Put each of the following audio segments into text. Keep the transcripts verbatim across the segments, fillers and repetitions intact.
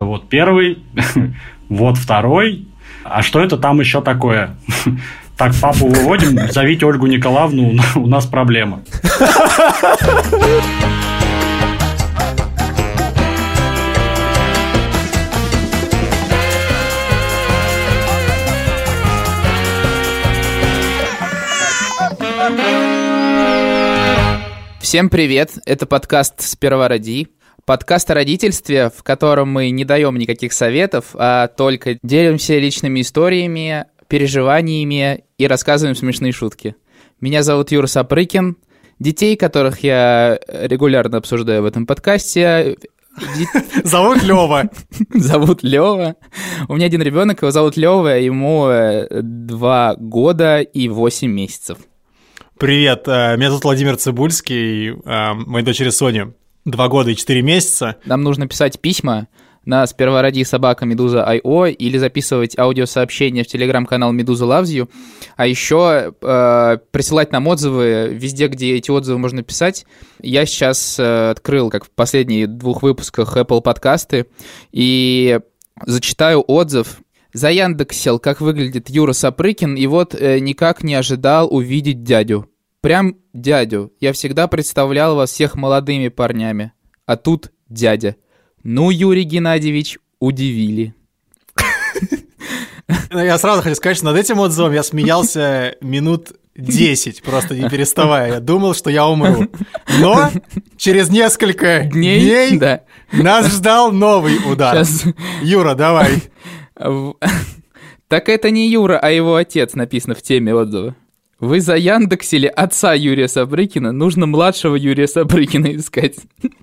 Вот первый, вот второй. А что это там еще такое? Так, папу выводим, зовите Ольгу Николаевну, у нас проблема. Всем привет, это подкаст «Сперва роди». Подкаст о родительстве, в котором мы не даем никаких советов, а только делимся личными историями, переживаниями и рассказываем смешные шутки. Меня зовут Юра Сапрыкин. Детей, которых я регулярно обсуждаю в этом подкасте... Зовут Лёва. Зовут Лёва. У меня один ребенок, его зовут Лёва, ему два года и восемь месяцев. Привет, меня зовут Владимир Цибульский, моей дочери Соне два года и четыре месяца. Нам нужно писать письма на сперва роди собака медуза точка ай о или записывать аудиосообщения в телеграм-канал Медуза Loves You, а еще э, присылать нам отзывы везде, где эти отзывы можно писать. Я сейчас э, открыл, как в последних двух выпусках, Apple подкасты и зачитаю отзыв. Заяндексил, как выглядит Юра Сапрыкин, и вот э, никак не ожидал увидеть дядю. Прям дядю. Я всегда представлял вас всех молодыми парнями. А тут дядя. Ну, Юрий Геннадьевич, удивили. Я сразу хочу сказать, что над этим отзывом я смеялся минут десять, просто не переставая. Я думал, что я умру. Но через несколько дней, дней да. нас ждал новый удар. Сейчас... Юра, давай. Так это не Юра, а его отец, написано в теме отзыва. Вы заяндексили отца Юрия Сапрыкина, нужно младшего Юрия Сапрыкина искать.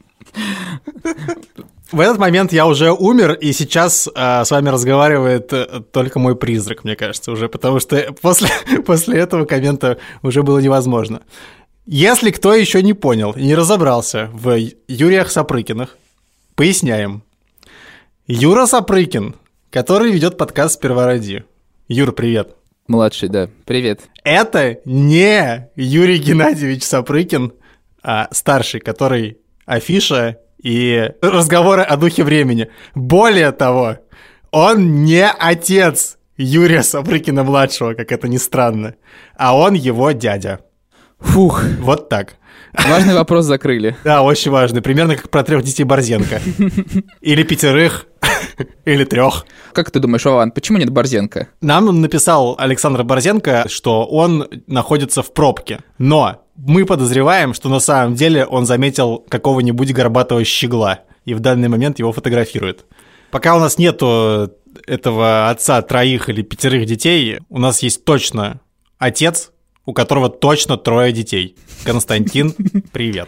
В этот момент я уже умер, и сейчас э, с вами разговаривает э, только мой призрак, мне кажется, уже, потому что после, после этого коммента уже было невозможно. Если кто еще не понял и не разобрался в Юриях Сапрыкинах, поясняем. Юра Сапрыкин, который ведет подкаст «Сперва роди». Юр, привет. Младший, да. Привет. Это не Юрий Геннадьевич Сапрыкин, а старший, который афиша и разговоры о духе времени. Более того, он не отец Юрия Сапрыкина-младшего, как это ни странно, а он его дядя. Фух. Вот так. Важный вопрос закрыли. Да, очень важный. Примерно как про трех детей Борзенко. Или пятерых, или трех. Как ты думаешь, Вован, почему нет Борзенко? Нам написал Александр Борзенко, что он находится в пробке. Но мы подозреваем, что на самом деле он заметил какого-нибудь горбатого щегла и в данный момент его фотографирует. Пока у нас нету этого отца троих или пятерых детей, у нас есть точно отец, у которого точно трое детей. Константин, привет.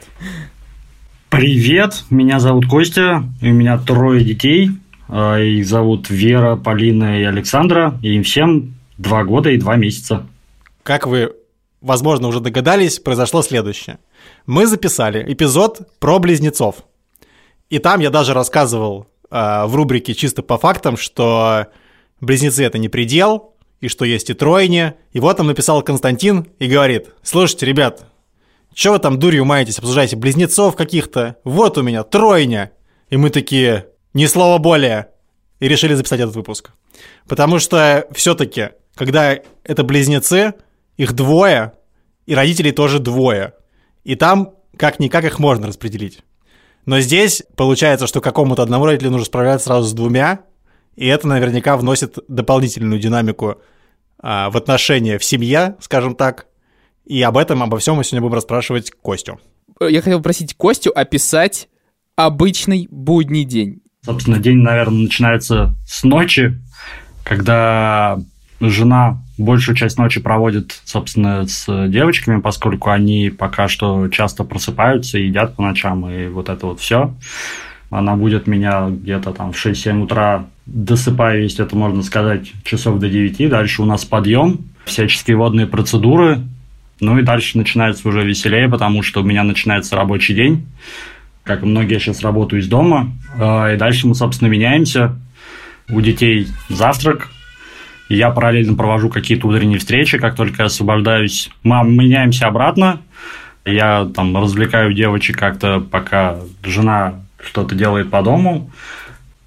Привет, меня зовут Костя, и у меня трое детей. Их зовут Вера, Полина и Александра, и им всем два года и два месяца. Как вы, возможно, уже догадались, произошло следующее. Мы записали эпизод про близнецов. И там я даже рассказывал э, в рубрике «Чисто по фактам», что близнецы – это не предел, и что есть и тройня. И вот там написал Константин и говорит: слушайте, ребят, что вы там дурью маетесь, обсуждаете близнецов каких-то? Вот у меня тройня. И мы такие: ни слова более. И решили записать этот выпуск. Потому что все-таки, когда это близнецы, их двое, и родителей тоже двое. И там как-никак их можно распределить. Но здесь получается, что какому-то одному родителю нужно справляться сразу с двумя, и это наверняка вносит дополнительную динамику а, в отношения в семье, скажем так. И об этом, обо всем мы сегодня будем расспрашивать Костю. Я хотел попросить Костю описать обычный будний день. Собственно, день, наверное, начинается с ночи, когда жена большую часть ночи проводит, собственно, с девочками, поскольку они пока что часто просыпаются и едят по ночам, и вот это вот все. Она будет меня где-то там в шесть-семь утра, досыпая, если это можно сказать, часов до девяти. Дальше у нас подъем, всяческие водные процедуры. Ну и дальше начинается уже веселее, потому что у меня начинается рабочий день. Как и многие, я сейчас работаю из дома. И дальше мы, собственно, меняемся. У детей завтрак. И я параллельно провожу какие-то утренние встречи. Как только я освобождаюсь, мы меняемся обратно. Я там развлекаю девочек как-то, пока жена что-то делает по дому.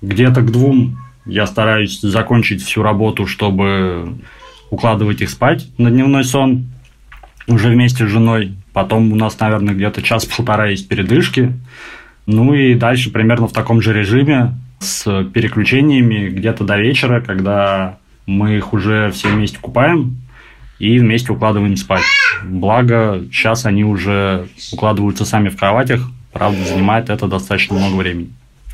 где-то к двум я стараюсь закончить всю работу, чтобы укладывать их спать на дневной сон уже вместе с женой. Потом у нас, наверное, где-то час-полтора есть передышки. Ну и дальше примерно в таком же режиме с переключениями где-то до вечера, когда мы их уже все вместе купаем и вместе укладываем спать. Благо, сейчас они уже укладываются сами в кроватях. Правда, занимает это достаточно много времени.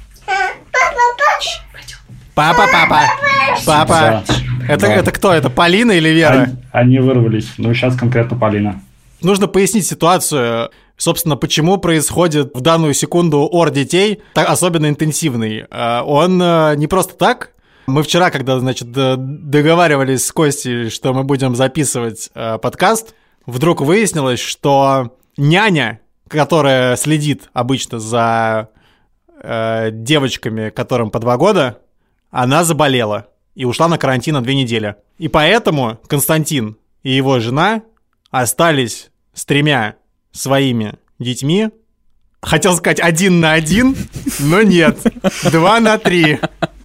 Папа, папа, папа. Да. Это, да. это кто? Это Полина или Вера? Они, они вырвались. Ну, сейчас конкретно Полина. Нужно пояснить ситуацию. Собственно, почему происходит в данную секунду ор детей, так, особенно интенсивный. Он не просто так. Мы вчера, когда, значит, договаривались с Костей, что мы будем записывать подкаст, вдруг выяснилось, что няня, которая следит обычно за девочками, которым по два года, она заболела и ушла на карантин на две недели. И поэтому Константин и его жена остались с тремя своими детьми. Хотел сказать один на один, но нет, два на три.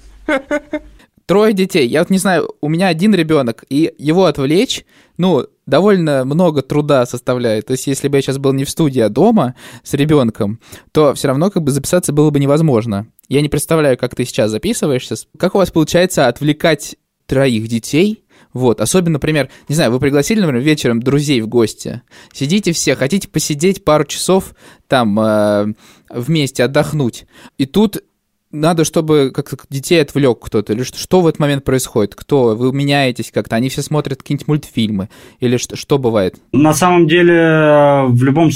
Трое детей. Я вот не знаю, у меня один ребенок, и его отвлечь, ну, довольно много труда составляет. То есть, если бы я сейчас был не в студии, а дома с ребенком, то все равно как бы записаться было бы невозможно. Я не представляю, как ты сейчас записываешься. Как у вас получается отвлекать троих детей? Вот, особенно, например, не знаю, вы пригласили, например, вечером друзей в гости, сидите все, хотите посидеть пару часов там э, вместе, отдохнуть, и тут надо, чтобы как-то детей отвлек кто-то, или что, что в этот момент происходит, кто, вы меняетесь как-то, они все смотрят какие-нибудь мультфильмы, или что, что бывает? На самом деле, в любом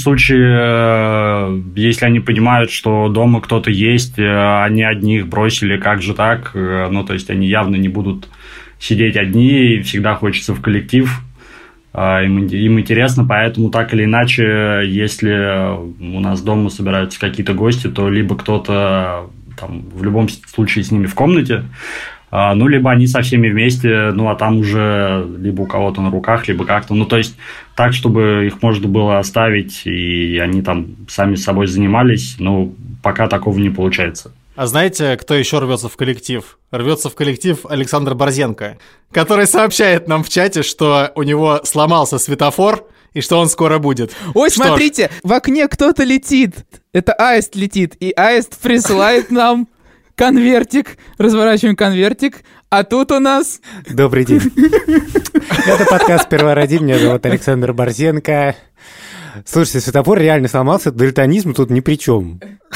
случае, если они понимают, что дома кто-то есть, они одни их бросили, как же так, ну, то есть они явно не будут сидеть одни, и всегда хочется в коллектив, им, им интересно, поэтому так или иначе, если у нас дома собираются какие-то гости, то либо кто-то там, в любом случае с ними в комнате, ну, либо они со всеми вместе, ну, а там уже либо у кого-то на руках, либо как-то, ну, то есть так, чтобы их можно было оставить, и они там сами с собой занимались, но пока такого не получается. А знаете, кто еще рвется в коллектив? Рвется в коллектив Александр Борзенко, который сообщает нам в чате, что у него сломался светофор и что он скоро будет. Ой, что смотрите, ж... в окне кто-то летит. Это аист летит, и аист присылает нам конвертик. Разворачиваем конвертик, а тут у нас... Добрый день. Это подкаст «Первороди». Меня зовут Александр Борзенко. Слушайте, светофор реально сломался, дальтонизм тут ни при чем.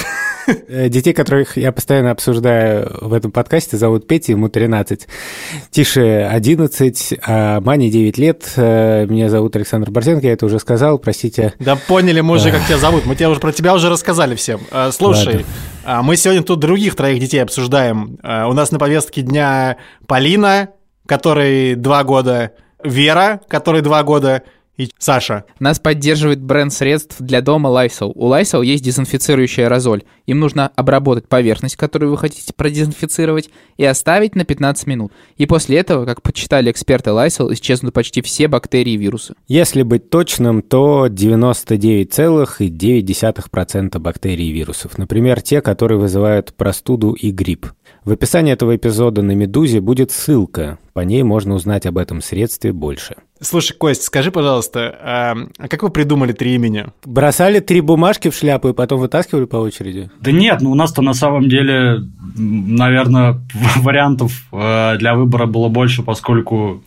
Детей, которых я постоянно обсуждаю в этом подкасте, зовут Петя, ему тринадцать, Тише одиннадцать, а Мане девять лет. Меня зовут Александр Борзенко, я это уже сказал, простите. Да поняли мы уже, как тебя зовут, мы тебе уже, про тебя уже рассказали всем. Слушай, ладно. Мы сегодня тут других троих детей обсуждаем. У нас на повестке дня Полина, которой два года, Вера, которой два года, и Саша. Нас поддерживает бренд средств для дома Lysol. У Lysol есть дезинфицирующий аэрозоль. Им нужно обработать поверхность, которую вы хотите продезинфицировать, и оставить на пятнадцать минут. И после этого, как подсчитали эксперты Lysol, исчезнут почти все бактерии и вирусы. Если быть точным, то девяносто девять целых девять десятых процента бактерий и вирусов. Например, те, которые вызывают простуду и грипп. В описании этого эпизода на «Медузе» будет ссылка. По ней можно узнать об этом средстве больше. Слушай, Кость, скажи, пожалуйста, а как вы придумали три имени? Бросали три бумажки в шляпу и потом вытаскивали по очереди? Да нет, ну у нас-то на самом деле, наверное, вариантов для выбора было больше, поскольку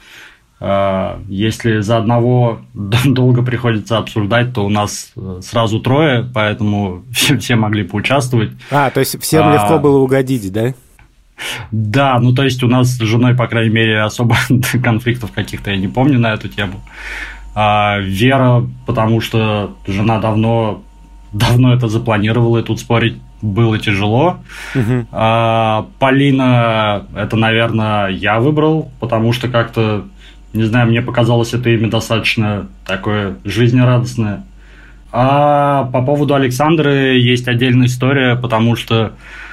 если за одного долго приходится обсуждать, то у нас сразу трое, поэтому все, все могли поучаствовать. А, то есть всем а... легко было угодить, да? Да, ну то есть у нас с женой, по крайней мере, особо конфликтов каких-то я не помню на эту тему. А Вера, потому что жена давно, давно это запланировала, и тут спорить было тяжело. Угу. А Полина, это, наверное, я выбрал, потому что как-то, не знаю, мне показалось это имя достаточно такое жизнерадостное. А по поводу Александры есть отдельная история, потому что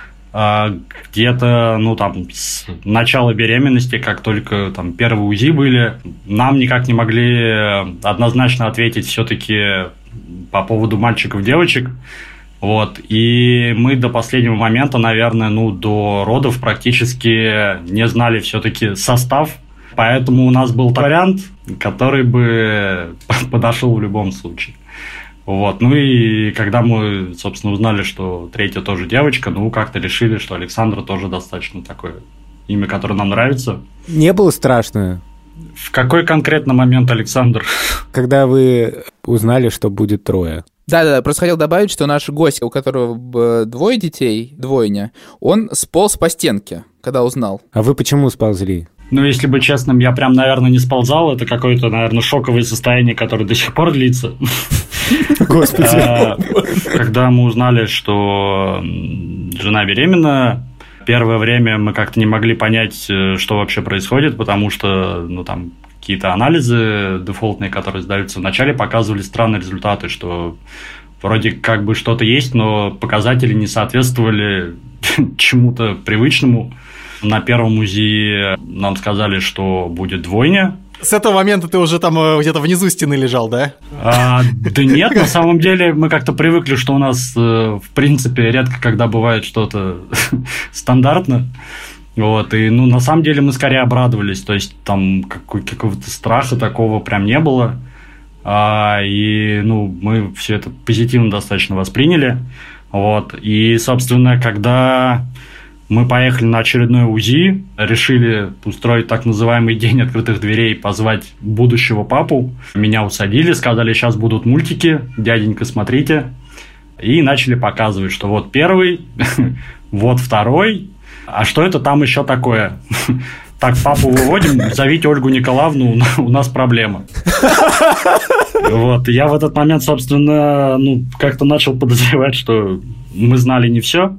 где-то, ну, там, с начала беременности, как только там первые УЗИ были, нам никак не могли однозначно ответить все-таки по поводу мальчиков-девочек. Вот, и мы до последнего момента, наверное, ну, до родов практически не знали все-таки состав, поэтому у нас был вариант, который бы подошел в любом случае. Вот, ну и когда мы, собственно, узнали, что третья тоже девочка, ну, как-то решили, что Александра тоже достаточно такое имя, которое нам нравится. Не было страшно? В какой конкретно момент, Александр? Когда вы узнали, что будет трое. Да-да, просто хотел добавить, что наш гость, у которого двое детей, двойня, он сполз по стенке, когда узнал. А вы почему сползли? Ну, если быть честным, я прям, наверное, не сползал. Это какое-то, наверное, шоковое состояние, которое до сих пор длится. Господи. Когда мы узнали, что жена беременна, первое время мы как-то не могли понять, что вообще происходит, потому что, ну, там, какие-то анализы дефолтные, которые сдаются вначале, показывали странные результаты, что вроде как бы что-то есть, но показатели не соответствовали чему-то привычному. На первом УЗИ нам сказали, что будет двойня. С этого момента ты уже там где-то внизу стены лежал, да? А, да нет, на самом деле мы как-то привыкли, что у нас, в принципе, редко когда бывает что-то стандартно. Вот, и, ну, на самом деле мы скорее обрадовались, то есть там какой- какого-то страха такого прям не было, а, и, ну, мы все это позитивно достаточно восприняли, вот, и, собственно, когда мы поехали на очередное УЗИ, решили устроить так называемый день открытых дверей, позвать будущего папу, меня усадили, сказали, сейчас будут мультики, дяденька, смотрите, и начали показывать, что вот первый, вот второй. А что это там еще такое? Так, папу выводим, зовите Ольгу Николаевну, у нас проблема. Вот, я в этот момент, собственно, ну, как-то начал подозревать, что мы знали не все.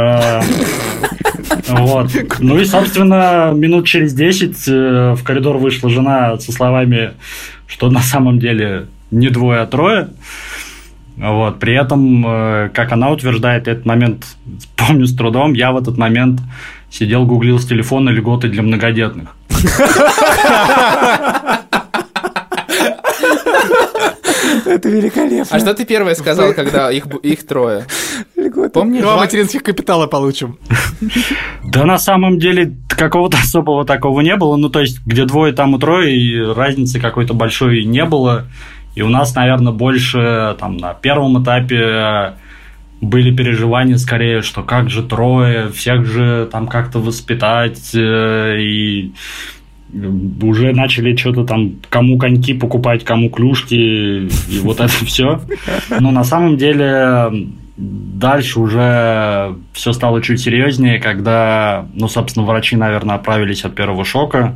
Вот. Ну и, собственно, минут через десять в коридор вышла жена со словами, что на самом деле не двое, а трое. Вот. При этом, как она утверждает, этот момент помню с трудом, я в этот момент сидел, гуглил с телефона льготы для многодетных. Это великолепно. А что ты первое сказал, когда их, их трое? Помнишь? Два материнских капитала получим. Да на самом деле какого-то особого такого не было. Ну, то есть, где двое, там и трое, и разницы какой-то большой не было. И у нас, наверное, больше там на первом этапе были переживания скорее, что как же трое, всех же там как-то воспитать, и уже начали что-то там, кому коньки покупать, кому клюшки, и вот это все. Но на самом деле дальше уже все стало чуть серьезнее, когда, ну, собственно, врачи, наверное, оправились от первого шока,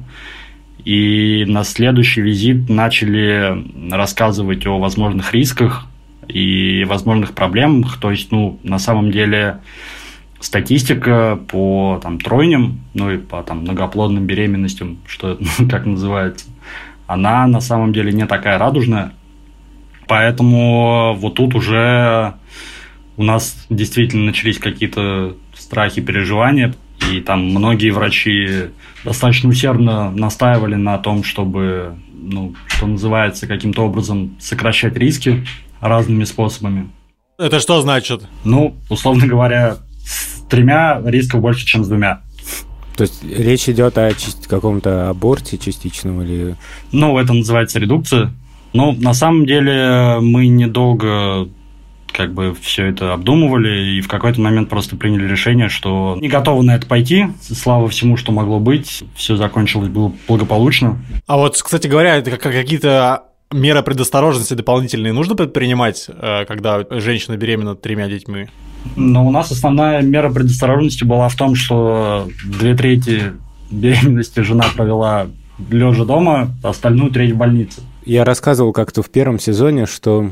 и на следующий визит начали рассказывать о возможных рисках и возможных проблемах. То есть, ну, на самом деле, статистика по там, тройням, ну и по там, многоплодным беременностям, что это как называется, она на самом деле не такая радужная. Поэтому вот тут уже у нас действительно начались какие-то страхи, переживания. И там многие врачи достаточно усердно настаивали на том, чтобы, ну, что называется, каким-то образом сокращать риски разными способами. Это что значит? Ну, условно говоря, с тремя рисков больше, чем с двумя. То есть речь идет о чис- каком-то аборте частичном или... Ну, это называется редукция. Но на самом деле мы недолго как бы все это обдумывали и в какой-то момент просто приняли решение, что не готовы на это пойти. Слава всему, что могло быть. Все закончилось было благополучно. А вот, кстати говоря, это как какие-то меры предосторожности дополнительные нужно предпринимать, когда женщина беременна тремя детьми? Но у нас основная мера предосторожности была в том, что две трети беременности жена провела лежа дома, а остальную треть в больнице. Я рассказывал как-то в первом сезоне, что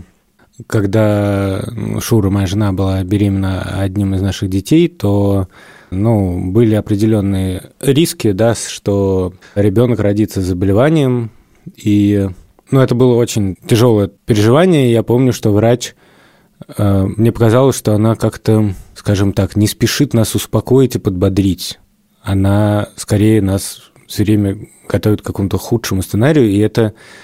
когда Шура, моя жена, была беременна одним из наших детей, то, ну, были определенные риски, да, что ребенок родится с заболеванием, и, ну, это было очень тяжелое переживание. Я помню, что врач, э, мне показалось, что она как-то, скажем так, не спешит нас успокоить и подбодрить. Она скорее нас все время готовит к какому-то худшему сценарию, и это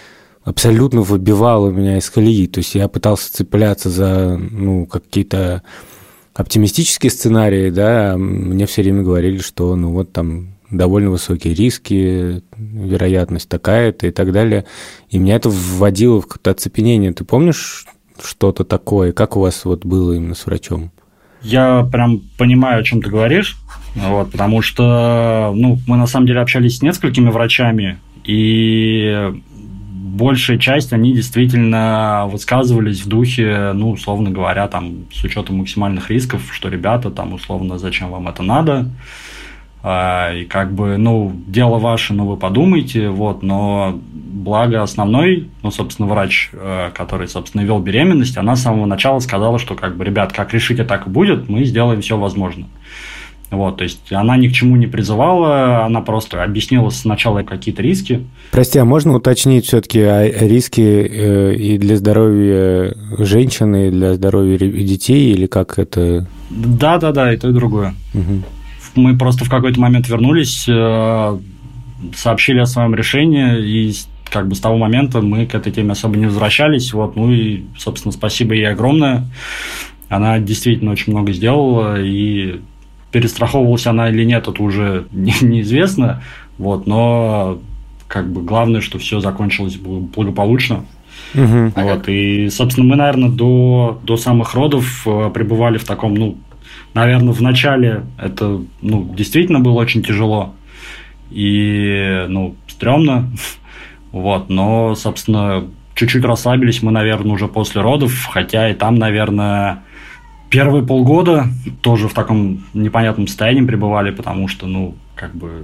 абсолютно выбивало меня из колеи. То есть я пытался цепляться за, ну, какие-то оптимистические сценарии, да, мне все время говорили, что, ну, вот там довольно высокие риски, вероятность такая-то и так далее. И меня это вводило в какое-то оцепенение. Ты помнишь что-то такое? Как у вас вот было именно с врачом? Я прям понимаю, о чем ты говоришь, вот, потому что, ну, мы на самом деле общались с несколькими врачами, и большая часть, они действительно высказывались в духе, ну, условно говоря, там, с учетом максимальных рисков, что, ребята, там, условно, зачем вам это надо, и как бы, ну, дело ваше, ну, вы подумайте, вот, но благо основной, ну, собственно, врач, который, собственно, вел беременность, она с самого начала сказала, что, как бы, ребят, как решите, так и будет, мы сделаем все возможное. Вот, то есть она ни к чему не призывала, она просто объяснила сначала какие-то риски. Прости, а можно уточнить все-таки риски и для здоровья женщины, и для здоровья детей, или как это? Да-да-да, и то, и другое. Угу. Мы просто в какой-то момент вернулись, сообщили о своем решении, и как бы с того момента мы к этой теме особо не возвращались. Вот, ну и, собственно, спасибо ей огромное. Она действительно очень много сделала, и перестраховывалась она или нет, это уже не, неизвестно. Вот, но как бы главное, что все закончилось благополучно. Uh-huh. Вот, и, собственно, мы, наверное, до, до самых родов пребывали в таком, ну, наверное, в начале это, ну, действительно было очень тяжело и, ну, стрёмно, вот, но, собственно, чуть-чуть расслабились мы, наверное, уже после родов, хотя и там, наверное, первые полгода тоже в таком непонятном состоянии пребывали, потому что, ну, как бы,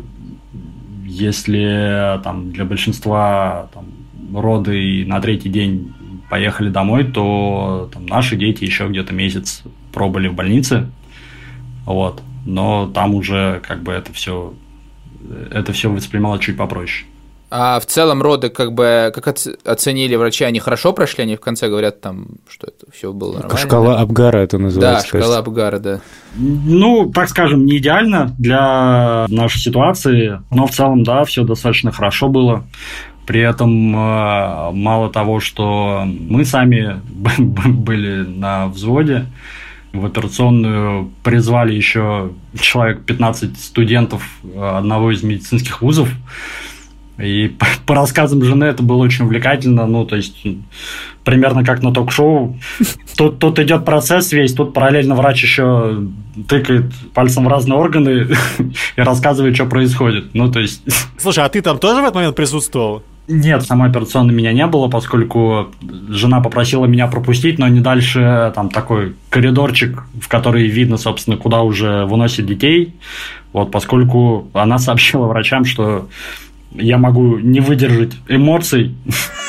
если там для большинства там, роды и на третий день поехали домой, то там, наши дети еще где-то месяц пробыли в больнице, вот, но там уже как бы это все, это все воспринималось чуть попроще. А в целом роды как бы как оценили врачи, они хорошо прошли, они в конце говорят там, что это все было нормально. Шкала Апгара это называется. Да, шкала кажется. Апгара, да. Ну, так скажем, не идеально для нашей ситуации, но в целом, да, все достаточно хорошо было. При этом мало того, что мы сами были на взводе, в операционную призвали еще человек пятнадцать студентов одного из медицинских вузов. И по, по рассказам жены это было очень увлекательно, ну, то есть, примерно как на ток-шоу. Тут, тут идет процесс весь, тут параллельно врач еще тыкает пальцем в разные органы и рассказывает, что происходит. Ну, то есть... Слушай, а ты там тоже в этот момент присутствовал? Нет, в самой операционной меня не было, поскольку жена попросила меня пропустить, но не дальше там такой коридорчик, в который видно, собственно, куда уже выносят детей. Вот, поскольку она сообщила врачам, что я могу не выдержать эмоций.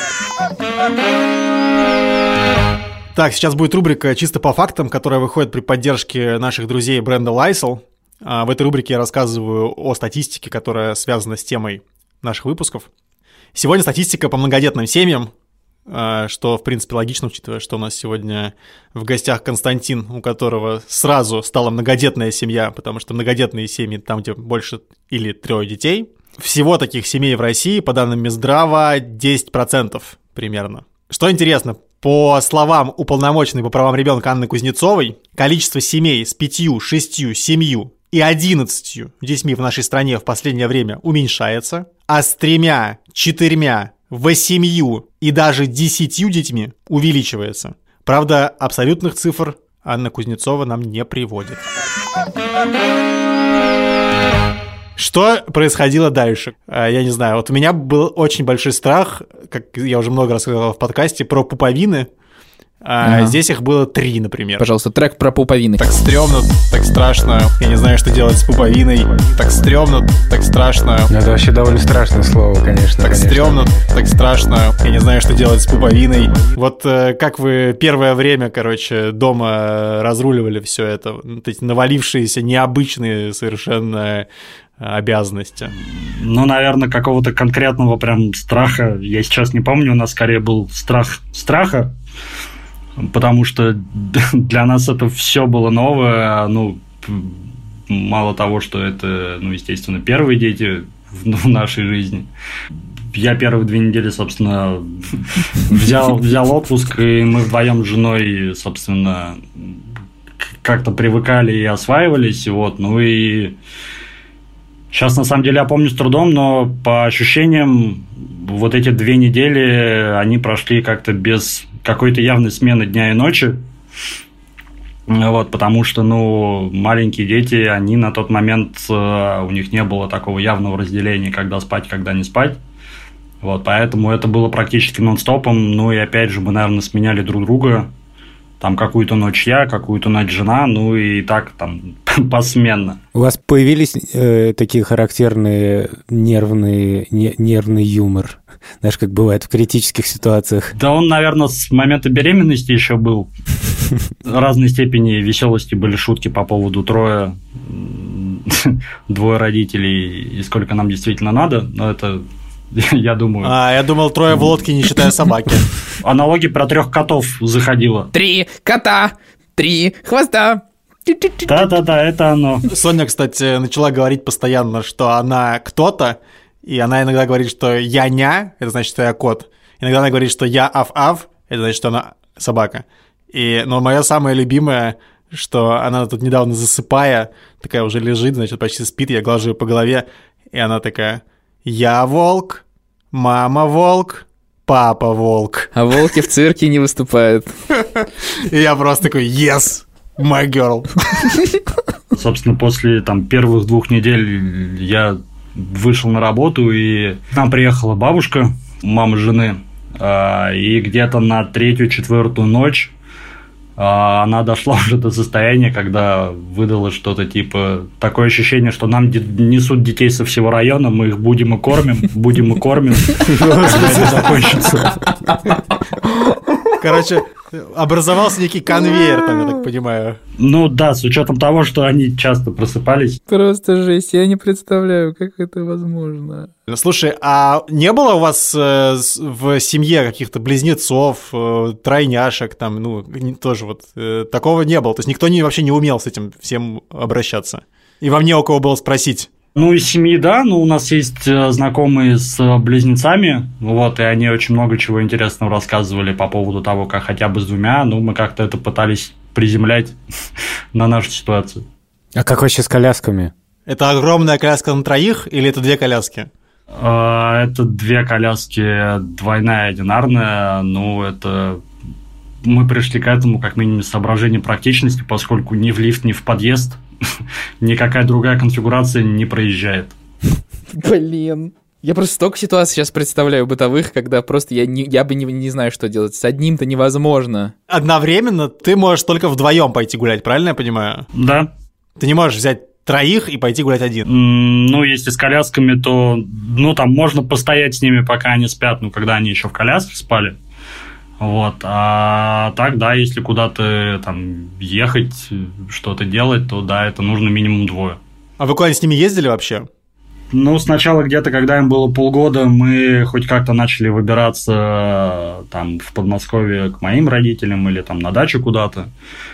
Так, сейчас будет рубрика «Чисто по фактам», которая выходит при поддержке наших друзей бренда Lysol. В этой рубрике я рассказываю о статистике, которая связана с темой наших выпусков. Сегодня статистика по многодетным семьям, что, в принципе, логично, учитывая, что у нас сегодня в гостях Константин, у которого сразу стала многодетная семья, потому что многодетные семьи там, где больше или трое детей. Всего таких семей в России, по данным Минздрава, десять процентов примерно. Что интересно, по словам уполномоченной по правам ребенка Анны Кузнецовой, количество семей с пятью, шестью, семью и одиннадцатью детьми в нашей стране в последнее время уменьшается, а с тремя, четырьмя, восемью и даже десятью детьми увеличивается. Правда, абсолютных цифр Анна Кузнецова нам не приводит. Что происходило дальше? Я не знаю, вот у меня был очень большой страх, как я уже много раз сказал в подкасте, про пуповины. А ага. Здесь их было три, например. Пожалуйста, трек про пуповины. Так стрёмно, так страшно, я не знаю, что делать с пуповиной. Так стрёмно, так страшно. Ну, это вообще довольно страшное слово, конечно. Так конечно. стрёмно, так страшно, я не знаю, что делать с пуповиной. Вот э, как вы первое время, короче, дома разруливали все это? Вот эти навалившиеся необычные совершенно обязанности. Ну, наверное, какого-то конкретного прям страха я сейчас не помню. У нас скорее был страх страха, потому что для нас это все было новое. Ну, мало того, что это, ну, естественно, первые дети в нашей жизни. я первые две недели, собственно, взял, взял отпуск, и мы вдвоем с женой, собственно, как-то привыкали и осваивались, вот, ну и сейчас, на самом деле, я помню с трудом, но по ощущениям, вот эти две недели, они прошли как-то без какой-то явной смены дня и ночи, вот, потому что, ну, маленькие дети, они на тот момент, у них не было такого явного разделения, когда спать, когда не спать, вот, поэтому это было практически нон-стопом, ну, и опять же, мы, наверное, сменяли друг друга, там какую-то ночь я, какую-то ночь жена, ну и так там посменно. У вас появились э, такие характерные нервные, не, нервный юмор, знаешь, как бывает в критических ситуациях? Да он, наверное, с момента беременности еще был. Разной степени веселости были шутки по поводу трое, двое родителей и сколько нам действительно надо, но это... Я думаю. А, я думал, трое в лодке, не считая собаки. Аналогия про трех котов заходила. Три кота, три хвоста. Да-да-да, это оно. Соня, кстати, начала говорить постоянно, что она кто-то, и она иногда говорит, что я ня, это значит, что я кот. Иногда она говорит, что я аф-аф, это значит, что она собака. И, но моя самая любимая, что она тут недавно засыпая, такая уже лежит, значит, почти спит, я глажу ее по голове, и она такая... Я волк, мама волк, папа волк. А волки в цирке не выступают. И я просто такой, yes, my girl. Собственно, после там первых двух недель я вышел на работу, и к нам приехала бабушка, мама жены, и где-то на третью-четвертую ночь она дошла уже до состояния, когда выдала что-то типа такое ощущение, что нам несут детей со всего района, мы их будем и кормим, будем и кормим, когда это закончится. Короче, образовался некий конвейер там, я так понимаю. Ну да, с учетом того, что они часто просыпались. Просто жесть, я не представляю, как это возможно. Слушай, а не было у вас э, в семье каких-то близнецов, э, тройняшек, там, ну, тоже вот э, такого не было? То есть никто не, вообще не умел с этим всем обращаться? И вам не у кого было спросить? Ну, из семьи, да, но у нас есть знакомые с близнецами, вот, и они очень много чего интересного рассказывали по поводу того, как хотя бы с двумя, ну, мы как-то это пытались приземлять на нашу ситуацию. А как вообще с колясками? Это огромная коляска на троих или это две коляски? Это две коляски, двойная и одинарная, ну, это... Мы пришли к этому как минимум с соображением практичности, поскольку ни в лифт, ни в подъезд никакая другая конфигурация не проезжает. Блин. Я просто столько ситуаций сейчас представляю бытовых, когда просто я, не, я бы не, не знаю, что делать. С одним-то невозможно. Одновременно ты можешь только вдвоем пойти гулять, правильно я понимаю? Да. Ты не можешь взять троих и пойти гулять один. Mm, ну, если с колясками, то, ну, там можно постоять с ними, пока они спят, ну, когда они еще в коляске спали. Вот, а так, да, если куда-то там ехать, что-то делать, то да, это нужно минимум двое. А вы куда-нибудь с ними ездили вообще? Ну, сначала где-то, когда им было полгода, мы хоть как-то начали выбираться там в Подмосковье к моим родителям или там на дачу куда-то.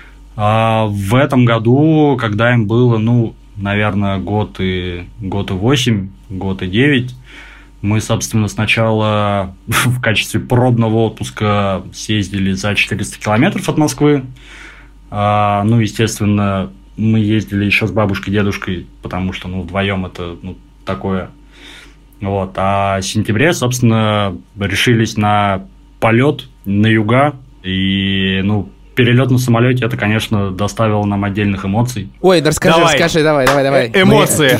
А в этом году, когда им было, ну, наверное, год и, год и восемь, год и девять, мы, собственно, сначала в качестве пробного отпуска съездили за четыреста километров от Москвы. А, ну, естественно, мы ездили еще с бабушкой и дедушкой, потому что, ну, вдвоем это, ну, такое. Вот. А в сентябре, собственно, решились на полет на юга. И, ну, перелет на самолете, это, конечно, доставило нам отдельных эмоций. Ой, да расскажи, давай. расскажи, давай, давай, давай. Э- эмоции.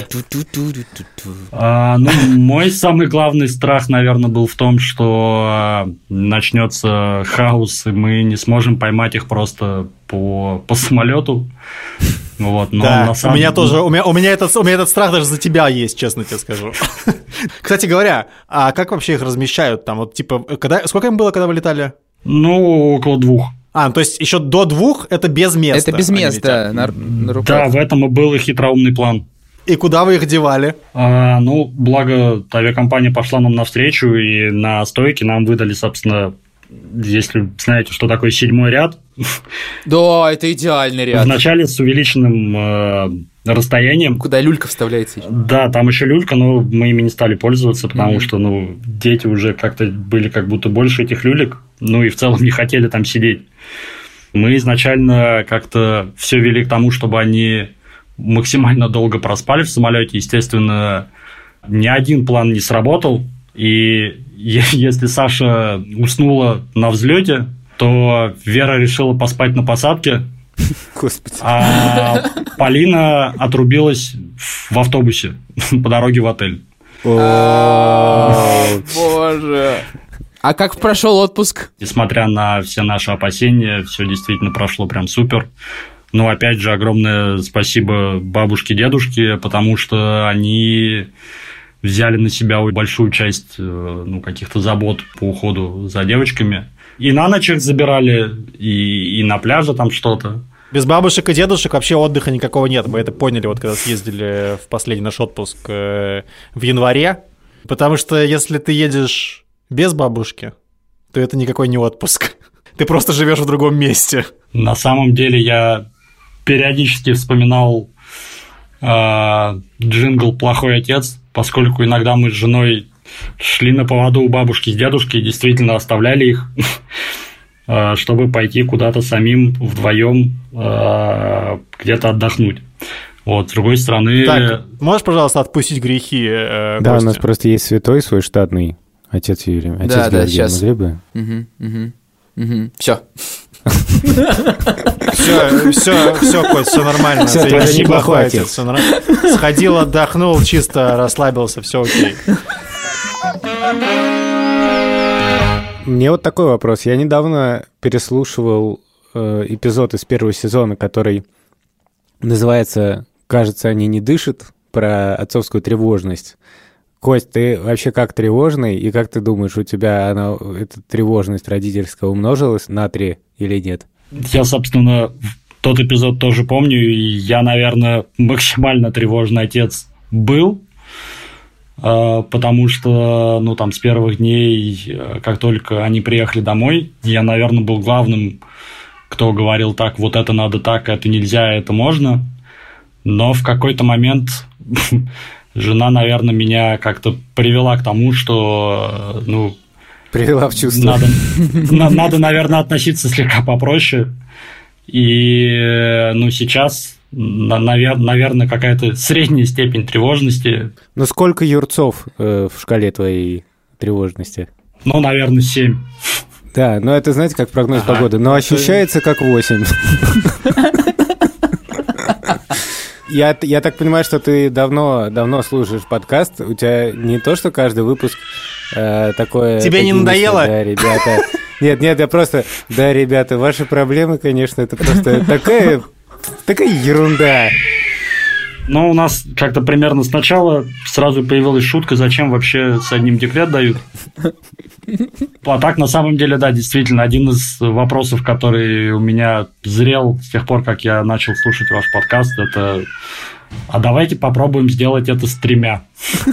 А, ну, мой самый главный страх, наверное, был в том, что начнется хаос, и мы не сможем поймать их просто по, по самолету. Вот, но да, на самом... у меня тоже, у меня, у, меня этот, у меня этот страх даже за тебя есть, честно тебе скажу. Кстати говоря, а как вообще их размещают там? Вот типа, когда, сколько им было, когда вы летали? Ну, около двух. А, то есть еще до двух это без места. Это без места на, на руках. Да, в этом и был и хитроумный план. И куда вы их девали? А, ну, благо авиакомпания пошла нам навстречу, и на стойке нам выдали, собственно, если знаете, что такое седьмой ряд. Да, это идеальный ряд. Вначале с увеличенным э, расстоянием. Куда люлька вставляется. Да, там еще люлька, но мы ими не стали пользоваться, потому mm-hmm. что, ну, дети уже как-то были как будто больше этих люлек, ну, и в целом не хотели там сидеть. Мы изначально как-то все вели к тому, чтобы они максимально долго проспали в самолете. Естественно, ни один план не сработал, и если Саша уснула на взлете, то Вера решила поспать на посадке. Господи. А Полина отрубилась в автобусе по дороге в отель. Боже. А как прошел отпуск? Несмотря на все наши опасения, все действительно прошло прям супер. Но опять же, огромное спасибо бабушке, дедушке, потому что они взяли на себя большую часть, ну, каких-то забот по уходу за девочками. И на ночь их забирали, и, и на пляже там что-то. Без бабушек и дедушек вообще отдыха никакого нет. Мы это поняли, вот когда съездили в последний наш отпуск в январе. Потому что если ты едешь без бабушки, то это никакой не отпуск. Ты просто живешь в другом месте. На самом деле я периодически вспоминал э, джингл «Плохой отец», поскольку иногда мы с женой шли на поводу у бабушки с дедушкой и действительно оставляли их, чтобы пойти куда-то самим вдвоем где-то отдохнуть. Вот, с другой стороны... Так, можешь, пожалуйста, отпустить грехи э, Да, гостя? У нас просто есть святой свой штатный, отец Юрий. Отец да, да, сейчас. Могли бы? Угу, угу, угу. Все. Все, все, все, Кость, все нормально. Все, ты ты неплохой отец. Все нормально. Сходил, отдохнул, чисто расслабился, все окей. Мне вот такой вопрос. Я недавно переслушивал э, эпизод из первого сезона, который называется «Кажется, они не дышат», про отцовскую тревожность. Кость, ты вообще как тревожный, и как ты думаешь, у тебя она, эта тревожность родительская умножилась на три или нет? Я, собственно, тот эпизод тоже помню, и я, наверное, максимально тревожный отец был, потому что, ну, там, с первых дней, как только они приехали домой, я, наверное, был главным, кто говорил так, вот это надо так, это нельзя, это можно, но в какой-то момент... Жена, наверное, меня как-то привела к тому, что, ну... Привела в чувство. Надо, надо, наверное, относиться слегка попроще. И, ну, сейчас, наверное, какая-то средняя степень тревожности. Ну, сколько юрцов э, в шкале твоей тревожности? Ну, наверное, семь. Да, но это, знаете, как прогноз ага. погоды. Но ощущается как восемь. Я, я так понимаю, что ты давно, давно слушаешь подкаст. У тебя не то, что каждый выпуск э, такое... Тебе не надоело? Да, ребята. Нет, нет, я просто... Да, ребята, ваши проблемы, конечно, это просто такая, такая ерунда. Ну, у нас как-то примерно сначала сразу появилась шутка, зачем вообще с одним декрет дают. А так, на самом деле, да, действительно, один из вопросов, который у меня зрел с тех пор, как я начал слушать ваш подкаст, это а давайте попробуем сделать это с тремя.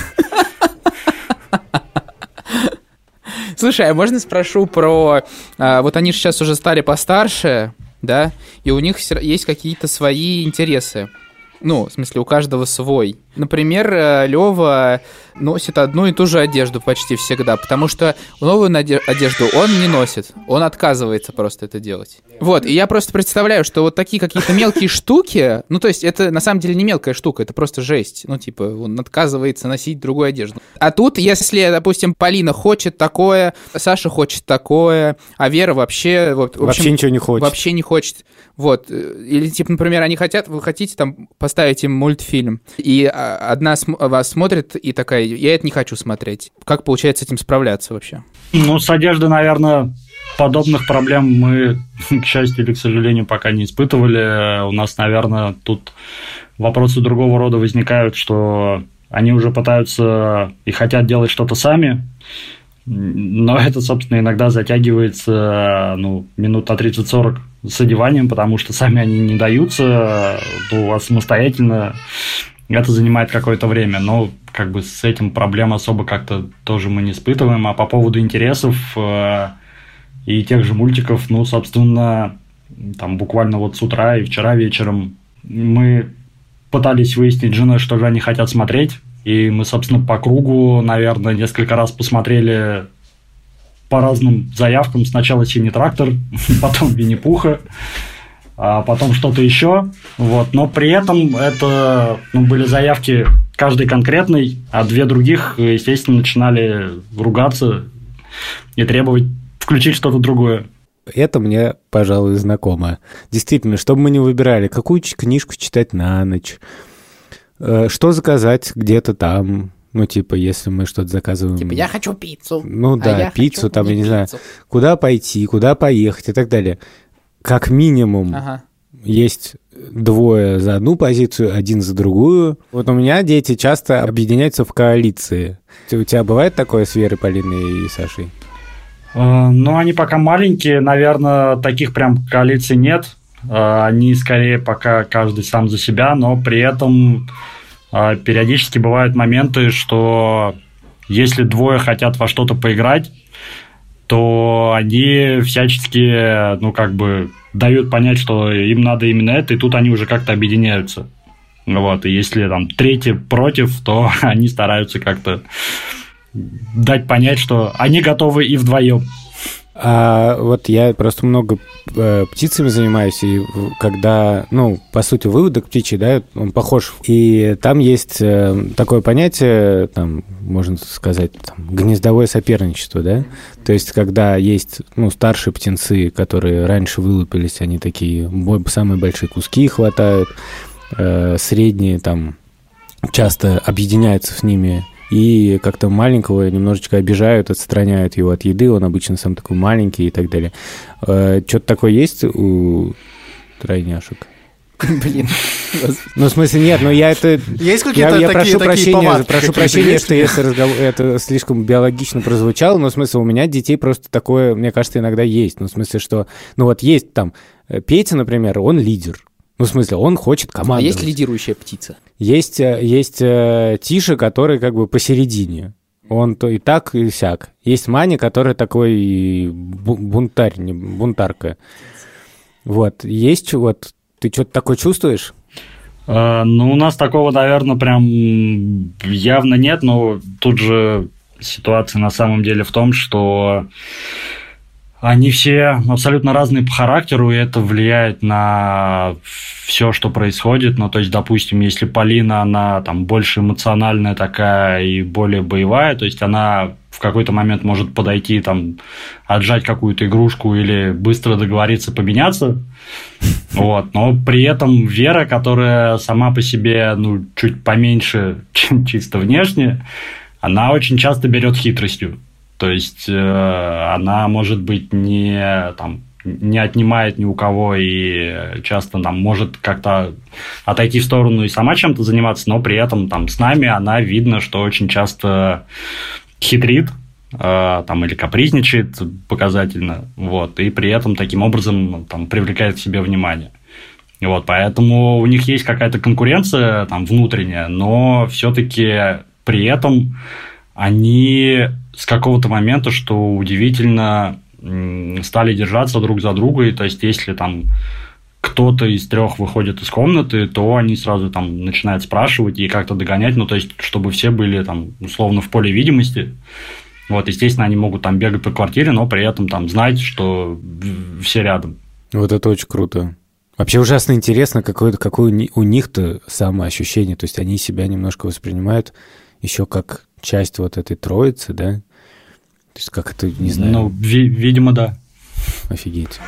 Слушай, а можно спрошу про... А, вот они же сейчас уже стали постарше, да, и у них есть какие-то свои интересы. Ну, в смысле, у каждого свой. Например, Лёва носит одну и ту же одежду почти всегда, потому что новую одежду он не носит. Он отказывается просто это делать. Вот, и я просто представляю, что вот такие какие-то мелкие штуки, ну, то есть это на самом деле не мелкая штука, это просто жесть. Ну, типа, он отказывается носить другую одежду. А тут, если, допустим, Полина хочет такое, Саша хочет такое, а Вера вообще... Вот, в общем, вообще ничего не хочет. Вообще не хочет. Вот. Или, типа, например, они хотят, вы хотите там поставить им мультфильм, и одна см- вас смотрит и такая, я это не хочу смотреть. Как получается с этим справляться вообще? Ну, с одеждой, наверное, подобных проблем мы, к счастью или к сожалению, пока не испытывали. У нас, наверное, тут вопросы другого рода возникают, что они уже пытаются и хотят делать что-то сами, но это, собственно, иногда затягивается, ну, минут на тридцать-сорок с одеванием, потому что сами они не даются, то самостоятельно это занимает какое-то время, но как бы с этим проблем особо как-то тоже мы не испытываем. А по поводу интересов э, и тех же мультиков, ну, собственно, там буквально вот с утра и вчера вечером мы пытались выяснить с женой, что же они хотят смотреть. И мы, собственно, по кругу, наверное, несколько раз посмотрели по разным заявкам. Сначала «Синий трактор», потом «Винни-Пуха», а потом что-то еще. Вот. Но при этом это ну, были заявки каждой конкретной, а две других, естественно, начинали ругаться и требовать включить что-то другое. Это мне, пожалуй, знакомо. Действительно, что бы мы ни выбирали, какую книжку читать на ночь, что заказать где-то там, ну, типа, если мы что-то заказываем... Типа, я хочу пиццу. Ну, да, а пиццу, там, я не пиццу. знаю, куда пойти, куда поехать и так далее. Как минимум Ага. есть двое за одну позицию, один за другую. Вот у меня дети часто объединяются в коалиции. У тебя бывает такое с Верой, Полиной и Сашей? Ну, они пока маленькие, наверное, таких прям коалиций нет. Они скорее пока каждый сам за себя, но при этом периодически бывают моменты, что если двое хотят во что-то поиграть, то они всячески, ну, как бы дают понять, что им надо именно это, и тут они уже как-то объединяются. Вот, и если там третий против, то они стараются как-то дать понять, что они готовы и вдвоем. А вот я просто много э, птицами занимаюсь, и когда, ну, по сути, выводок птичий, да, он похож. И там есть э, такое понятие, там, можно сказать, там, гнездовое соперничество, да? То есть, когда есть, ну, старшие птенцы, которые раньше вылупились, они такие, самые большие куски хватают, э, средние там часто объединяются с ними, и как-то маленького немножечко обижают, отстраняют его от еды, он обычно сам такой маленький и так далее. Что-то такое есть у тройняшек? Блин. Ну, в смысле, нет, но я это... Есть какие-то я, я такие, прошу такие прощения, повадки? прошу прощения, что если разговор... это слишком биологично прозвучало, но в смысле у меня детей просто такое, мне кажется, иногда есть. Ну, в смысле, что... Ну, вот есть там Петя, например, он лидер. Ну, в смысле, он хочет командовать. А есть лидирующая птица? Есть, есть э, Тиша, который как бы посередине. Он то и так, и сяк. Есть Маня, который такой бунтарь, не бунтарка. Вот. Есть вот... Ты что-то такое чувствуешь? Uh, ну, у нас такого, наверное, прям явно нет, но тут же ситуация на самом деле в том, что они все абсолютно разные по характеру, и это влияет на все, что происходит. Ну, то есть, допустим, если Полина, она там больше эмоциональная такая и более боевая, то есть она в какой-то момент может подойти, там, отжать какую-то игрушку или быстро договориться поменяться. Вот. Но при этом Вера, которая сама по себе, ну, чуть поменьше, чем чисто внешне, она очень часто берет хитростью. То есть э, она, может быть, не, там, не отнимает ни у кого и часто там, может как-то отойти в сторону и сама чем-то заниматься, но при этом там, с нами она видно, что очень часто хитрит э, там, или капризничает показательно, вот, и при этом таким образом там, привлекает к себе внимание. Вот, поэтому у них есть какая-то конкуренция там, внутренняя, но все-таки при этом они с какого-то момента, что удивительно, стали держаться друг за друга, и то есть если там кто-то из трех выходит из комнаты, то они сразу там начинают спрашивать и как-то догонять, ну то есть чтобы все были там условно в поле видимости. Вот, естественно, они могут там бегать по квартире, но при этом там знать, что все рядом. Вот это очень круто. Вообще ужасно интересно, какое, какое у них-то самоощущение, то есть они себя немножко воспринимают еще как часть вот этой троицы, да? То есть как это, не знаю... Ну, ви- видимо, да. Офигеть.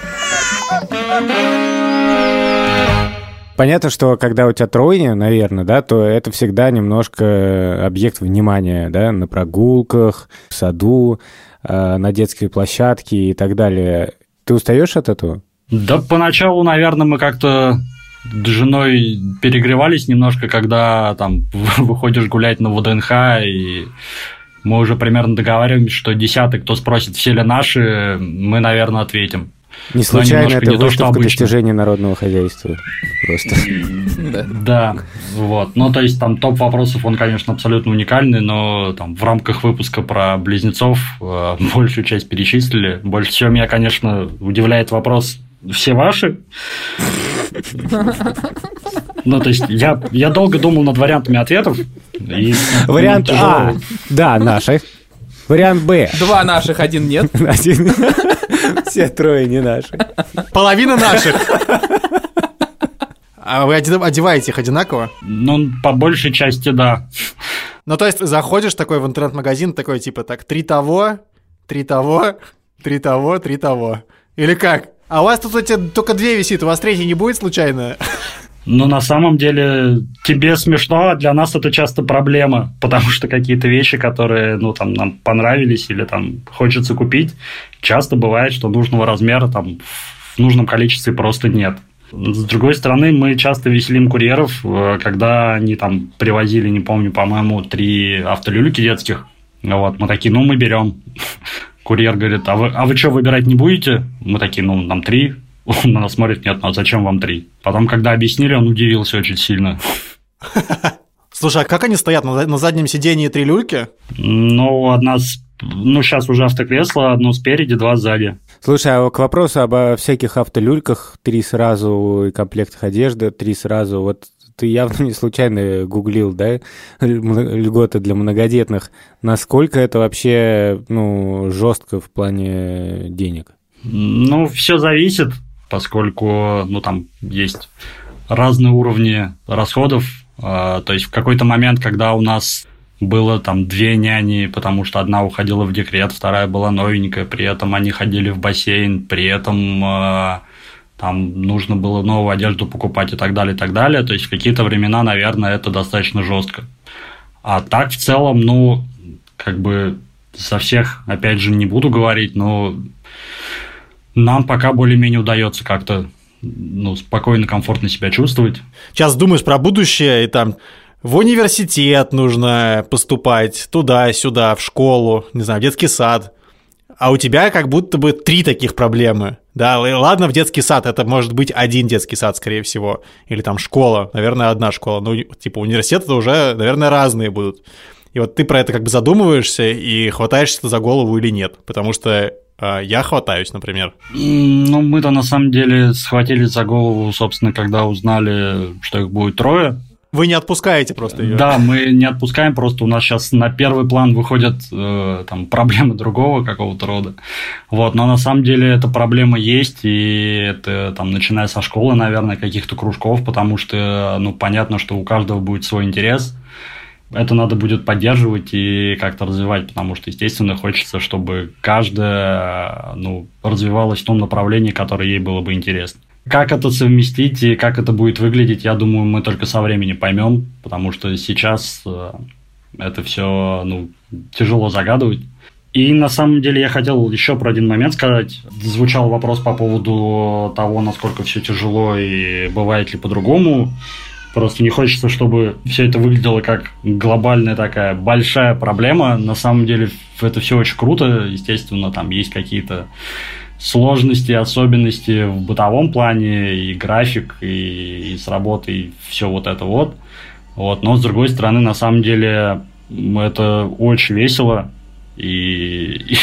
Понятно, что когда у тебя тройня, наверное, да, то это всегда немножко объект внимания, да, на прогулках, в саду, э, на детской площадке и так далее. Ты устаешь от этого? Да, поначалу, наверное, мы как-то с женой перегревались немножко, когда там выходишь гулять на ВДНХ, и мы уже примерно договариваемся, что десятый, кто спросит, все ли наши, мы, наверное, ответим. Не случайно это не выставка достижений народного хозяйства. Просто. Да, вот. Ну, то есть, там топ вопросов, он, конечно, абсолютно уникальный, но там в рамках выпуска про близнецов э, большую часть перечислили. Больше всего меня, конечно, удивляет вопрос: все ваши? Ну, то есть я, я долго думал над вариантами ответов. И, Вариант ну, А. Да, наши. Вариант Б. Два наших, один нет. Один. Все трое не наши. Половина наших. А вы одеваете их одинаково? Ну, по большей части, да. Ну, то есть заходишь такой в интернет-магазин, такой типа так, три того, три того, три того, три того. Или как? А у вас тут эти только две висит, у вас третьей не будет случайно? Ну, на самом деле, тебе смешно, а для нас это часто проблема, потому что какие-то вещи, которые, ну, там, нам понравились или там хочется купить, часто бывает, что нужного размера там в нужном количестве просто нет. С другой стороны, мы часто веселим курьеров, когда они там привозили, не помню, по-моему, три автолюльки детских. Вот, мы такие, ну, мы берем. Курьер говорит, а вы, а вы что, выбирать не будете? Мы такие, ну, нам три. Он на нас смотрит, нет, ну а зачем вам три? Потом, когда объяснили, он удивился очень сильно. Слушай, а как они стоят? На, на заднем сидении три люльки? Ну, одна с... Ну, сейчас уже автокресло, одно спереди, два сзади. Слушай, а к вопросу об всяких автолюльках, три сразу и комплектах одежды, три сразу, вот ты явно не случайно гуглил, да, льготы для многодетных. Насколько это вообще, ну, жестко в плане денег? Ну, все зависит, поскольку, ну, там есть разные уровни расходов. То есть в какой-то момент, когда у нас было там две няни, потому что одна уходила в декрет, вторая была новенькая, при этом они ходили в бассейн, при этом там нужно было новую одежду покупать и так далее, и так далее. То есть в какие-то времена, наверное, это достаточно жестко. А так в целом, ну, как бы со всех, опять же, не буду говорить, но нам пока более-менее удается как-то, ну, спокойно, комфортно себя чувствовать. Сейчас думаешь про будущее, и там в университет нужно поступать, туда-сюда, в школу, не знаю, в детский сад. А у тебя как будто бы три таких проблемы. Да, ладно, в детский сад, это может быть один детский сад, скорее всего. Или там школа, наверное, одна школа. Ну, типа университеты уже, наверное, разные будут. И вот ты про это как бы задумываешься и хватаешься за голову или нет. Потому что я хватаюсь, например. Ну, мы-то на самом деле схватились за голову, собственно, когда узнали, что их будет трое. Вы не отпускаете просто ее? Да, мы не отпускаем, просто у нас сейчас на первый план выходят э, там, проблемы другого какого-то рода. Вот, но на самом деле эта проблема есть, и это там, начиная со школы, наверное, каких-то кружков, потому что, ну, понятно, что у каждого будет свой интерес. Это надо будет поддерживать и как-то развивать, потому что, естественно, хочется, чтобы каждая, ну, развивалась в том направлении, которое ей было бы интересно. Как это совместить и как это будет выглядеть, я думаю, мы только со временем поймем, потому что сейчас это все, ну, тяжело загадывать. И на самом деле я хотел еще про один момент сказать. Звучал вопрос по поводу того, насколько все тяжело и бывает ли по-другому. Просто не хочется, чтобы все это выглядело как глобальная такая большая проблема. На самом деле это все очень круто. Естественно, там есть какие-то сложности, особенности в бытовом плане, и график, и, и с работой, и все вот это вот. вот. Но, с другой стороны, на самом деле, это очень весело. И, и,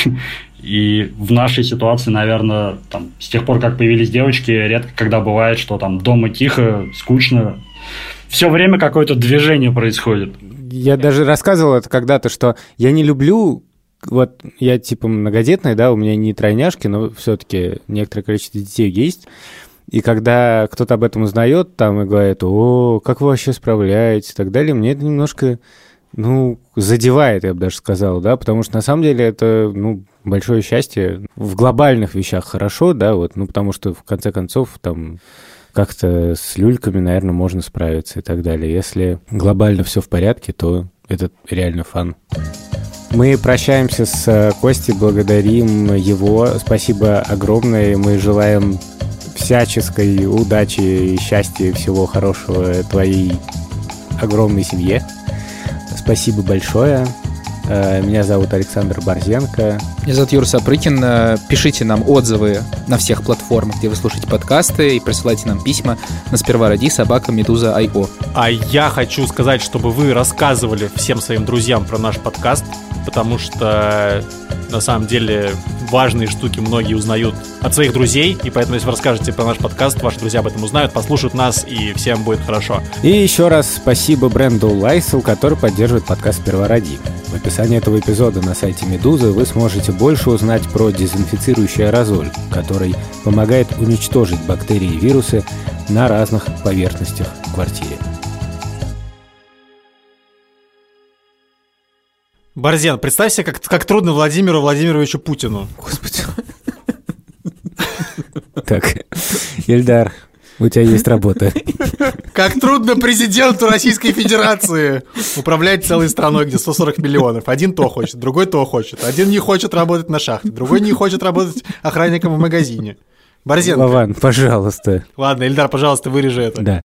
и в нашей ситуации, наверное, там, с тех пор, как появились девочки, редко когда бывает, что там дома тихо, скучно. Все время какое-то движение происходит. Я даже рассказывал это когда-то, что я не люблю... Вот я типа многодетный, да, у меня не тройняшки, но все-таки некоторое количество детей есть. И когда кто-то об этом узнает, там и говорит, о, как вы вообще справляетесь и так далее, мне это немножко, ну, задевает, я бы даже сказал, да, потому что на самом деле это, ну, большое счастье. В глобальных вещах хорошо, да, вот, ну, потому что в конце концов там как-то с люльками, наверное, можно справиться и так далее. Если глобально все в порядке, то это реально фан. Мы прощаемся с Костей, благодарим его. Спасибо огромное. Мы желаем всяческой удачи и счастья и всего хорошего твоей огромной семье. Спасибо большое. Меня зовут Александр Борзенко. Меня зовут Юра Сапрыкин. Пишите нам отзывы на всех платформах, где вы слушаете подкасты, и присылайте нам письма на сперва ради собака медуза точка ай о. А я хочу сказать, чтобы вы рассказывали всем своим друзьям про наш подкаст, потому что на самом деле важные штуки многие узнают от своих друзей, и поэтому, если вы расскажете про наш подкаст, ваши друзья об этом узнают, послушают нас, и всем будет хорошо. И еще раз спасибо бренду Lysol, который поддерживает подкаст «Сперва ради». В описании этого эпизода на сайте Медузы вы сможете больше узнать про дезинфицирующий аэрозоль, который помогает уничтожить бактерии и вирусы на разных поверхностях в квартире. Борзен, представь себе, как, как трудно Владимиру Владимировичу Путину. Господи. Так, Ильдар, у тебя есть работа. Как трудно президенту Российской Федерации управлять целой страной, где сто сорок миллионов. Один то хочет, другой то хочет. Один не хочет работать на шахте, другой не хочет работать охранником в магазине. Борзен. Вован, пожалуйста. Ладно, Ильдар, пожалуйста, вырежи это. Да.